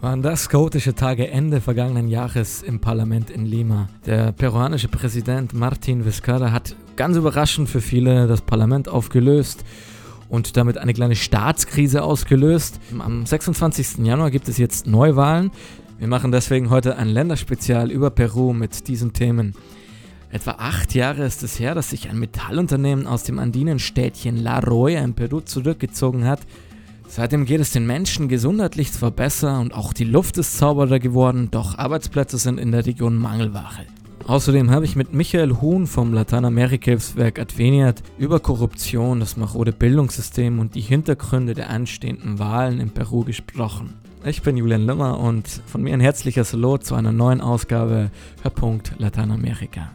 Waren das chaotische Tage Ende vergangenen Jahres im Parlament in Lima. Der peruanische Präsident Martín Vizcarra hat ganz überraschend für viele das Parlament aufgelöst und damit eine kleine Staatskrise ausgelöst. Am 26. Januar gibt es jetzt Neuwahlen. Wir machen deswegen heute ein Länderspezial über Peru mit diesen Themen. Etwa 8 Jahre ist es her, dass sich ein Metallunternehmen aus dem Andinenstädtchen La Roya in Peru zurückgezogen hat. Seitdem geht es den Menschen gesundheitlich zwar besser und auch die Luft ist sauberer geworden, doch Arbeitsplätze sind in der Region Mangelware. Außerdem habe ich mit Michael Huhn vom Lateinamerika-Hilfswerk Adveniat über Korruption, das marode Bildungssystem und die Hintergründe der anstehenden Wahlen in Peru gesprochen. Ich bin Julian Limmer und von mir ein herzliches Hallo zu einer neuen Ausgabe Hörpunkt Lateinamerika.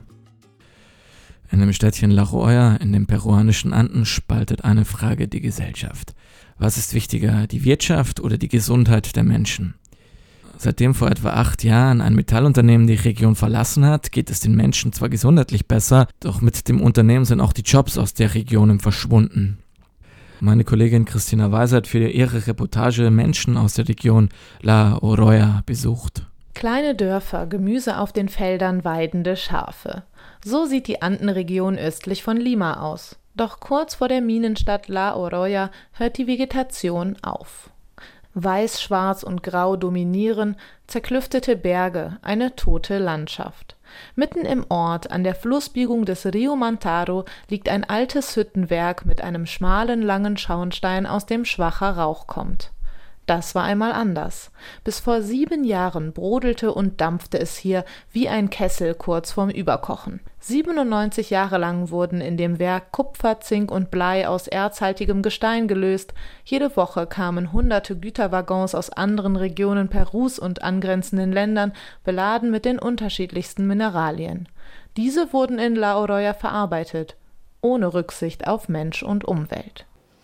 In dem Städtchen La Roya in den peruanischen Anden spaltet eine Frage die Gesellschaft. Was ist wichtiger, die Wirtschaft oder die Gesundheit der Menschen? Seitdem vor etwa 8 Jahren ein Metallunternehmen die Region verlassen hat, geht es den Menschen zwar gesundheitlich besser, doch mit dem Unternehmen sind auch die Jobs aus der Region verschwunden. Meine Kollegin Christina Weiser hat für ihre Reportage Menschen aus der Region La Roya besucht. Kleine Dörfer, Gemüse auf den Feldern, weidende Schafe. So sieht die Andenregion östlich von Lima aus. Doch kurz vor der Minenstadt La Roya hört die Vegetation auf. Weiß, Schwarz und Grau dominieren, zerklüftete Berge, eine tote Landschaft. Mitten im Ort, an der Flussbiegung des Rio Mantaro, liegt ein altes Hüttenwerk mit einem schmalen, langen Schornstein, aus dem schwacher Rauch kommt. Das war einmal anders. Bis vor 7 Jahren brodelte und dampfte es hier wie ein Kessel kurz vorm Überkochen. 97 Jahre lang wurden in dem Werk Kupfer, Zink und Blei aus erzhaltigem Gestein gelöst. Jede Woche kamen hunderte Güterwaggons aus anderen Regionen Perus und angrenzenden Ländern, beladen mit den unterschiedlichsten Mineralien. Diese wurden in La Roya verarbeitet, ohne Rücksicht auf Mensch und Umwelt.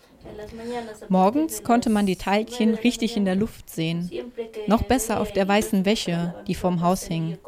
Morgens konnte man die Teilchen richtig in der Luft sehen. Noch besser auf der weißen Wäsche, die vorm Haus hing.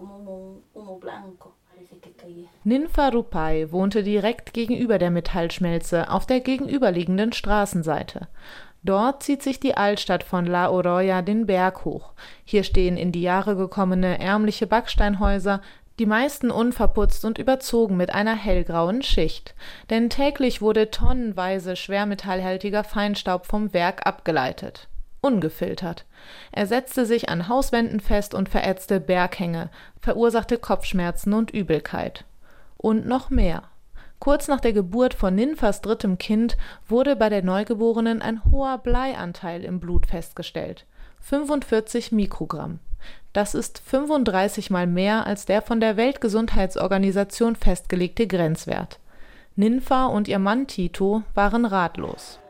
Ninfa Rupai wohnte direkt gegenüber der Metallschmelze auf der gegenüberliegenden Straßenseite. Dort zieht sich die Altstadt von La Roya den Berg hoch. Hier stehen in die Jahre gekommene ärmliche Backsteinhäuser, die meisten unverputzt und überzogen mit einer hellgrauen Schicht. Denn täglich wurde tonnenweise schwermetallhaltiger Feinstaub vom Werk abgeleitet. Ungefiltert. Er setzte sich an Hauswänden fest und verätzte Berghänge, verursachte Kopfschmerzen und Übelkeit. Und noch mehr. Kurz nach der Geburt von Ninfas 3. Kind wurde bei der Neugeborenen ein hoher Bleianteil im Blut festgestellt. 45 Mikrogramm. Das ist 35 Mal mehr als der von der Weltgesundheitsorganisation festgelegte Grenzwert. Ninfa und ihr Mann Tito waren ratlos.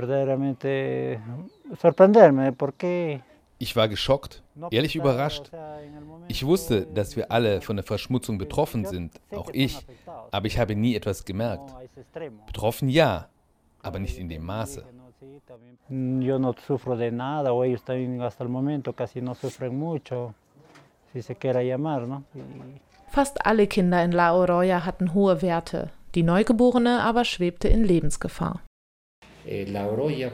Ich war geschockt, ehrlich überrascht. Ich wusste, dass wir alle von der Verschmutzung betroffen sind, auch ich, aber ich habe nie etwas gemerkt. Betroffen ja, aber nicht in dem Maße. Yo no sufro de nada, o ellos también hasta el momento casi no sufren mucho, si se quiera llamar, ¿no? Fast alle Kinder in La Roya hatten hohe Werte, die Neugeborene aber schwebte in Lebensgefahr. La Roya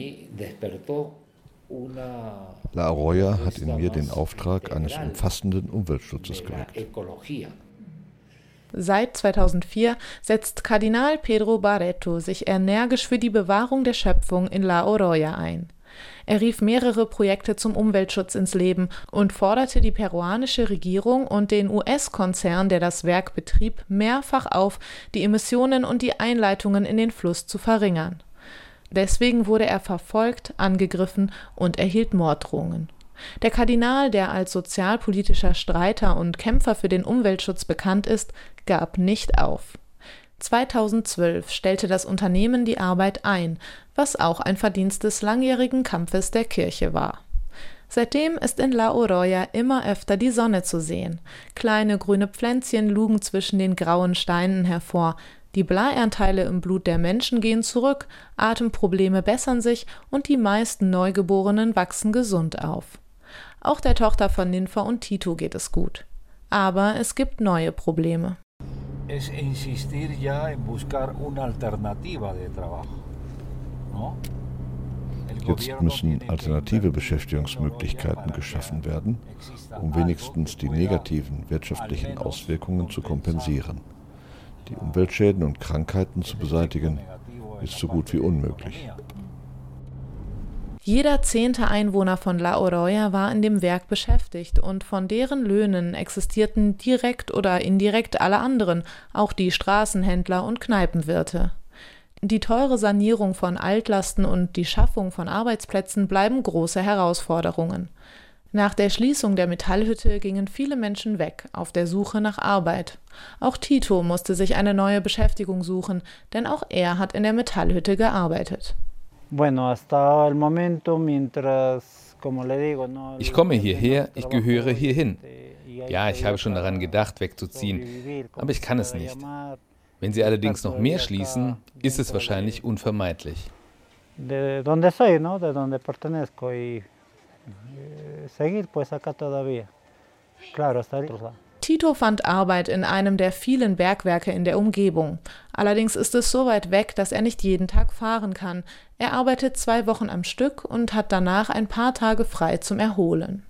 hat in mir den Auftrag eines umfassenden Umweltschutzes geweckt. Seit 2004 setzt Kardinal Pedro Barreto sich energisch für die Bewahrung der Schöpfung in La Roya ein. Er rief mehrere Projekte zum Umweltschutz ins Leben und forderte die peruanische Regierung und den US-Konzern, der das Werk betrieb, mehrfach auf, die Emissionen und die Einleitungen in den Fluss zu verringern. Deswegen wurde er verfolgt, angegriffen und erhielt Morddrohungen. Der Kardinal, der als sozialpolitischer Streiter und Kämpfer für den Umweltschutz bekannt ist, gab nicht auf. 2012 stellte das Unternehmen die Arbeit ein, was auch ein Verdienst des langjährigen Kampfes der Kirche war. Seitdem ist in La Roya immer öfter die Sonne zu sehen. Kleine grüne Pflänzchen lugen zwischen den grauen Steinen hervor. Die Bleianteile im Blut der Menschen gehen zurück, Atemprobleme bessern sich und die meisten Neugeborenen wachsen gesund auf. Auch der Tochter von Ninfa und Tito geht es gut. Aber es gibt neue Probleme. Es insistir ya en buscar una alternativa de trabajo, ¿no? Jetzt müssen alternative Beschäftigungsmöglichkeiten geschaffen werden, um wenigstens die negativen wirtschaftlichen Auswirkungen zu kompensieren. Die Umweltschäden und Krankheiten zu beseitigen, ist so gut wie unmöglich. Jeder 10. Einwohner von La Oroya war in dem Werk beschäftigt und von deren Löhnen existierten direkt oder indirekt alle anderen, auch die Straßenhändler und Kneipenwirte. Die teure Sanierung von Altlasten und die Schaffung von Arbeitsplätzen bleiben große Herausforderungen. Nach der Schließung der Metallhütte gingen viele Menschen weg, auf der Suche nach Arbeit. Auch Tito musste sich eine neue Beschäftigung suchen, denn auch er hat in der Metallhütte gearbeitet. Ich komme hierher, ich gehöre hierhin. Ja, ich habe schon daran gedacht, wegzuziehen, aber ich kann es nicht. Wenn sie allerdings noch mehr schließen, ist es wahrscheinlich unvermeidlich. Tito fand Arbeit in einem der vielen Bergwerke in der Umgebung. Allerdings ist es so weit weg, dass er nicht jeden Tag fahren kann. Er arbeitet 2 Wochen am Stück und hat danach ein paar Tage frei zum Erholen.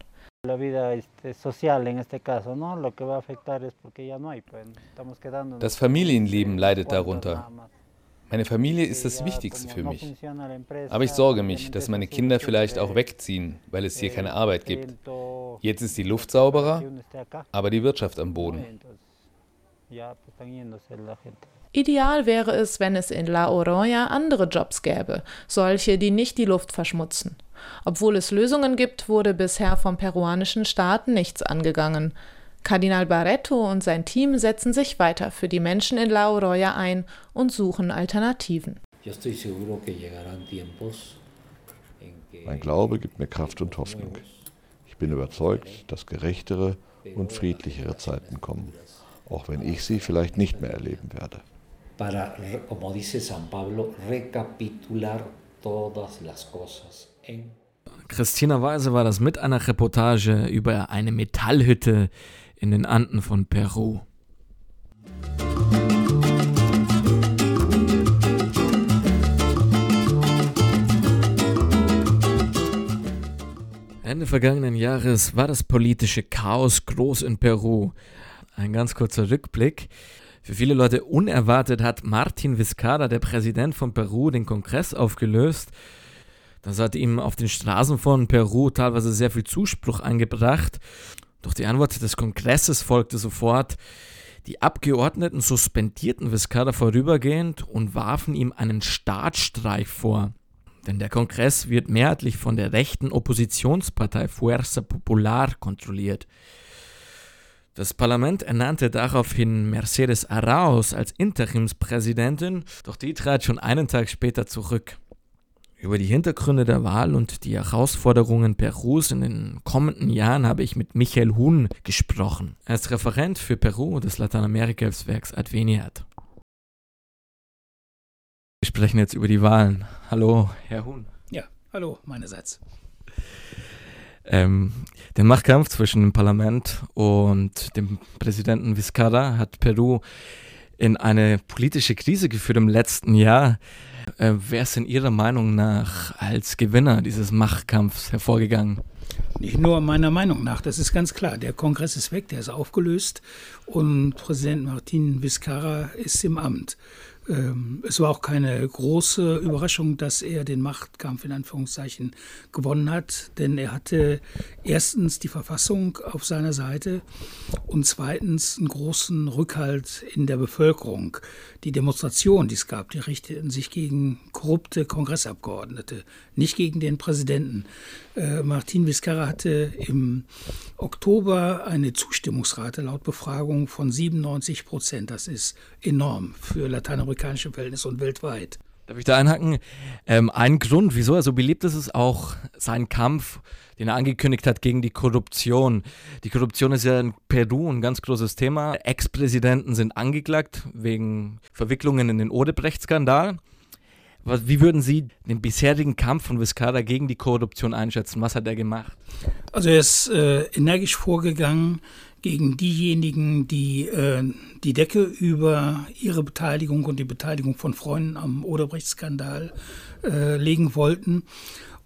Das Familienleben leidet darunter. Meine Familie ist das Wichtigste für mich. Aber ich sorge mich, dass meine Kinder vielleicht auch wegziehen, weil es hier keine Arbeit gibt. Jetzt ist die Luft sauberer, aber die Wirtschaft am Boden. Ideal wäre es, wenn es in La Oroya andere Jobs gäbe, solche, die nicht die Luft verschmutzen. Obwohl es Lösungen gibt, wurde bisher vom peruanischen Staat nichts angegangen. Kardinal Barreto und sein Team setzen sich weiter für die Menschen in La Oroya ein und suchen Alternativen. Mein Glaube gibt mir Kraft und Hoffnung. Ich bin überzeugt, dass gerechtere und friedlichere Zeiten kommen, auch wenn ich sie vielleicht nicht mehr erleben werde. Para, como dice San Pablo, recapitular todas las cosas. Christina Weise war das mit einer Reportage über eine Metallhütte in den Anden von Peru. Ende vergangenen Jahres war das politische Chaos groß in Peru. Ein ganz kurzer Rückblick. Für viele Leute unerwartet hat Martin Vizcarra, der Präsident von Peru, den Kongress aufgelöst. Das hat ihm auf den Straßen von Peru teilweise sehr viel Zuspruch eingebracht. Doch die Antwort des Kongresses folgte sofort. Die Abgeordneten suspendierten Vizcarra vorübergehend und warfen ihm einen Staatsstreich vor. Denn der Kongress wird mehrheitlich von der rechten Oppositionspartei Fuerza Popular kontrolliert. Das Parlament ernannte daraufhin Mercedes Arauz als Interimspräsidentin, doch die trat schon einen Tag später zurück. Über die Hintergründe der Wahl und die Herausforderungen Perus in den kommenden Jahren habe ich mit Michael Huhn gesprochen. Er ist Referent für Peru des Lateinamerika-Hilfswerks Adveniat. Wir sprechen jetzt über die Wahlen. Hallo, Herr Huhn. Ja, hallo meinerseits. Den Machtkampf zwischen dem Parlament und dem Präsidenten Vizcarra hat Peru in eine politische Krise geführt im letzten Jahr. Wer ist in Ihrer Meinung nach als Gewinner dieses Machtkampfs hervorgegangen? Nicht nur meiner Meinung nach, das ist ganz klar. Der Kongress ist weg, der ist aufgelöst und Präsident Martin Vizcarra ist im Amt. Es war auch keine große Überraschung, dass er den Machtkampf in Anführungszeichen gewonnen hat, denn er hatte erstens die Verfassung auf seiner Seite und zweitens einen großen Rückhalt in der Bevölkerung. Die Demonstrationen, die es gab, die richteten sich gegen korrupte Kongressabgeordnete, nicht gegen den Präsidenten. Martin Vizcarra hatte im Oktober eine Zustimmungsrate laut Befragung von 97%. Das ist enorm für lateinamerikanische Verhältnisse und weltweit. Darf ich da einhaken? Ein Grund, wieso er so beliebt ist, ist auch sein Kampf, den er angekündigt hat gegen die Korruption. Die Korruption ist ja in Peru ein ganz großes Thema. Ex-Präsidenten sind angeklagt wegen Verwicklungen in den Odebrecht-Skandal. Wie würden Sie den bisherigen Kampf von Vizcarra gegen die Korruption einschätzen? Was hat er gemacht? Also er ist energisch vorgegangen gegen diejenigen, die die Decke über ihre Beteiligung und die Beteiligung von Freunden am Odebrecht-Skandal legen wollten.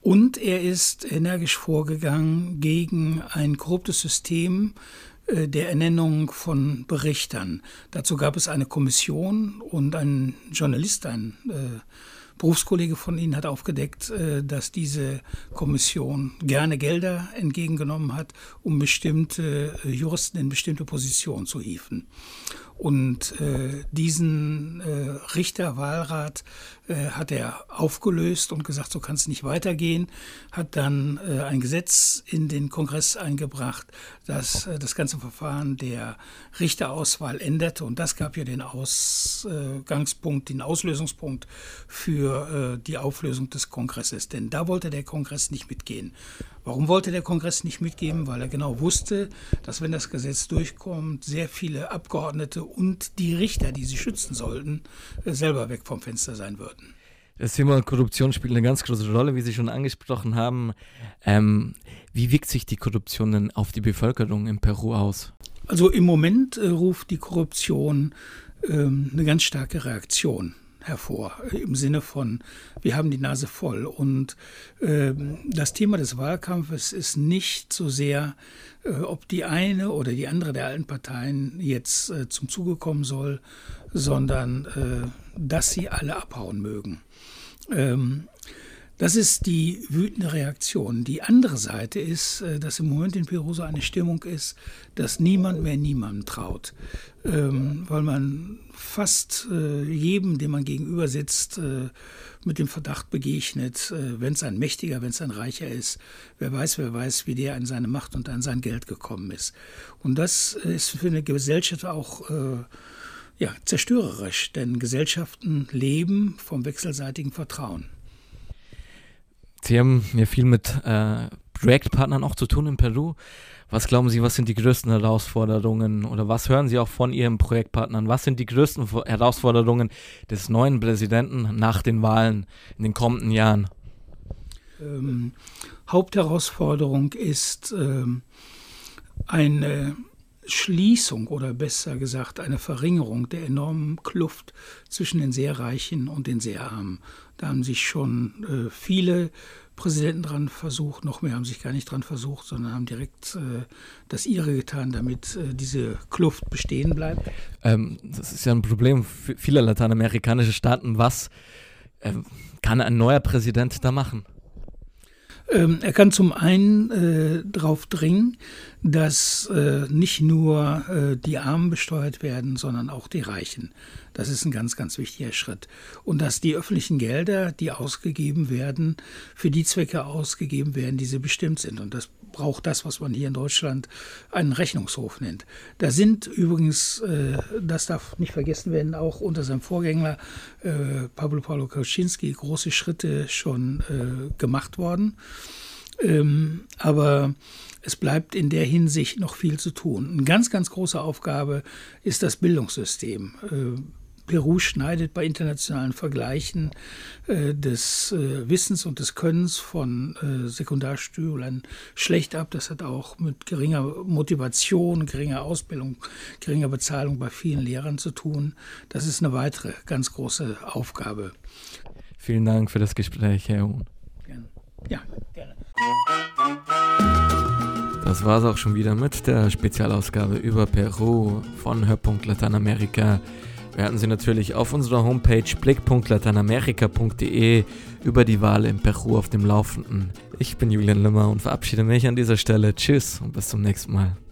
Und er ist energisch vorgegangen gegen ein korruptes System der Ernennung von Berichtern. Dazu gab es eine Kommission und ein Journalist, ein Berufskollege von Ihnen hat aufgedeckt, dass diese Kommission gerne Gelder entgegengenommen hat, um bestimmte Juristen in bestimmte Positionen zu hieven. Und diesen Richterwahlrat hat er aufgelöst und gesagt, so kann es nicht weitergehen, hat dann ein Gesetz in den Kongress eingebracht, das das ganze Verfahren der Richterauswahl änderte. Und das gab ja den Ausgangspunkt, den Auslösungspunkt für die Auflösung des Kongresses. Denn da wollte der Kongress nicht mitgehen. Warum wollte der Kongress nicht mitgeben? Weil er genau wusste, dass wenn das Gesetz durchkommt, sehr viele Abgeordnete und die Richter, die sie schützen sollten, selber weg vom Fenster sein würden. Das Thema Korruption spielt eine ganz große Rolle, wie Sie schon angesprochen haben. Wie wirkt sich die Korruption denn auf die Bevölkerung in Peru aus? Also im Moment ruft die Korruption eine ganz starke Reaktion hervor, im Sinne von, wir haben die Nase voll. Und das Thema des Wahlkampfes ist nicht so sehr, ob die eine oder die andere der alten Parteien jetzt zum Zuge kommen soll, sondern dass sie alle abhauen mögen. Das ist die wütende Reaktion. Die andere Seite ist, dass im Moment in Peru so eine Stimmung ist, dass niemand mehr niemandem traut. Weil man fast jedem, dem man gegenüber sitzt, mit dem Verdacht begegnet, wenn es ein Mächtiger, wenn es ein Reicher ist, wer weiß, wie der an seine Macht und an sein Geld gekommen ist. Und das ist für eine Gesellschaft auch zerstörerisch, denn Gesellschaften leben vom wechselseitigen Vertrauen. Sie haben ja viel mit Projektpartnern auch zu tun in Peru. Was glauben Sie, was sind die größten Herausforderungen oder was hören Sie auch von Ihren Projektpartnern? Was sind die größten Herausforderungen des neuen Präsidenten nach den Wahlen in den kommenden Jahren? Hauptherausforderung ist eine Schließung oder besser gesagt eine Verringerung der enormen Kluft zwischen den sehr Reichen und den sehr Armen. Da haben sich schon viele Präsidenten dran versucht, noch mehr haben sich gar nicht dran versucht, sondern haben direkt das ihre getan, damit diese Kluft bestehen bleibt. Das ist ja ein Problem vieler lateinamerikanischer Staaten. Was kann ein neuer Präsident da machen? Er kann zum einen darauf dringen, dass nicht nur die Armen besteuert werden, sondern auch die Reichen. Das ist ein ganz, ganz wichtiger Schritt. Und dass die öffentlichen Gelder, die ausgegeben werden, für die Zwecke ausgegeben werden, die sie bestimmt sind. Und das braucht das, was man hier in Deutschland einen Rechnungshof nennt. Da sind übrigens, das darf nicht vergessen werden, auch unter seinem Vorgänger Pablo Kaczynski große Schritte schon gemacht worden. Aber es bleibt in der Hinsicht noch viel zu tun. Eine ganz, ganz große Aufgabe ist das Bildungssystem. Peru schneidet bei internationalen Vergleichen des Wissens und des Könnens von Sekundarschülern schlecht ab. Das hat auch mit geringer Motivation, geringer Ausbildung, geringer Bezahlung bei vielen Lehrern zu tun. Das ist eine weitere ganz große Aufgabe. Vielen Dank für das Gespräch, Herr Huhn. Gerne. Ja, gerne. Das war es auch schon wieder mit der Spezialausgabe über Peru von Hörpunkt Lateinamerika. Wir hatten Sie natürlich auf unserer Homepage blick.lateinamerika.de über die Wahl in Peru auf dem Laufenden. Ich bin Julian Limmer und verabschiede mich an dieser Stelle. Tschüss und bis zum nächsten Mal.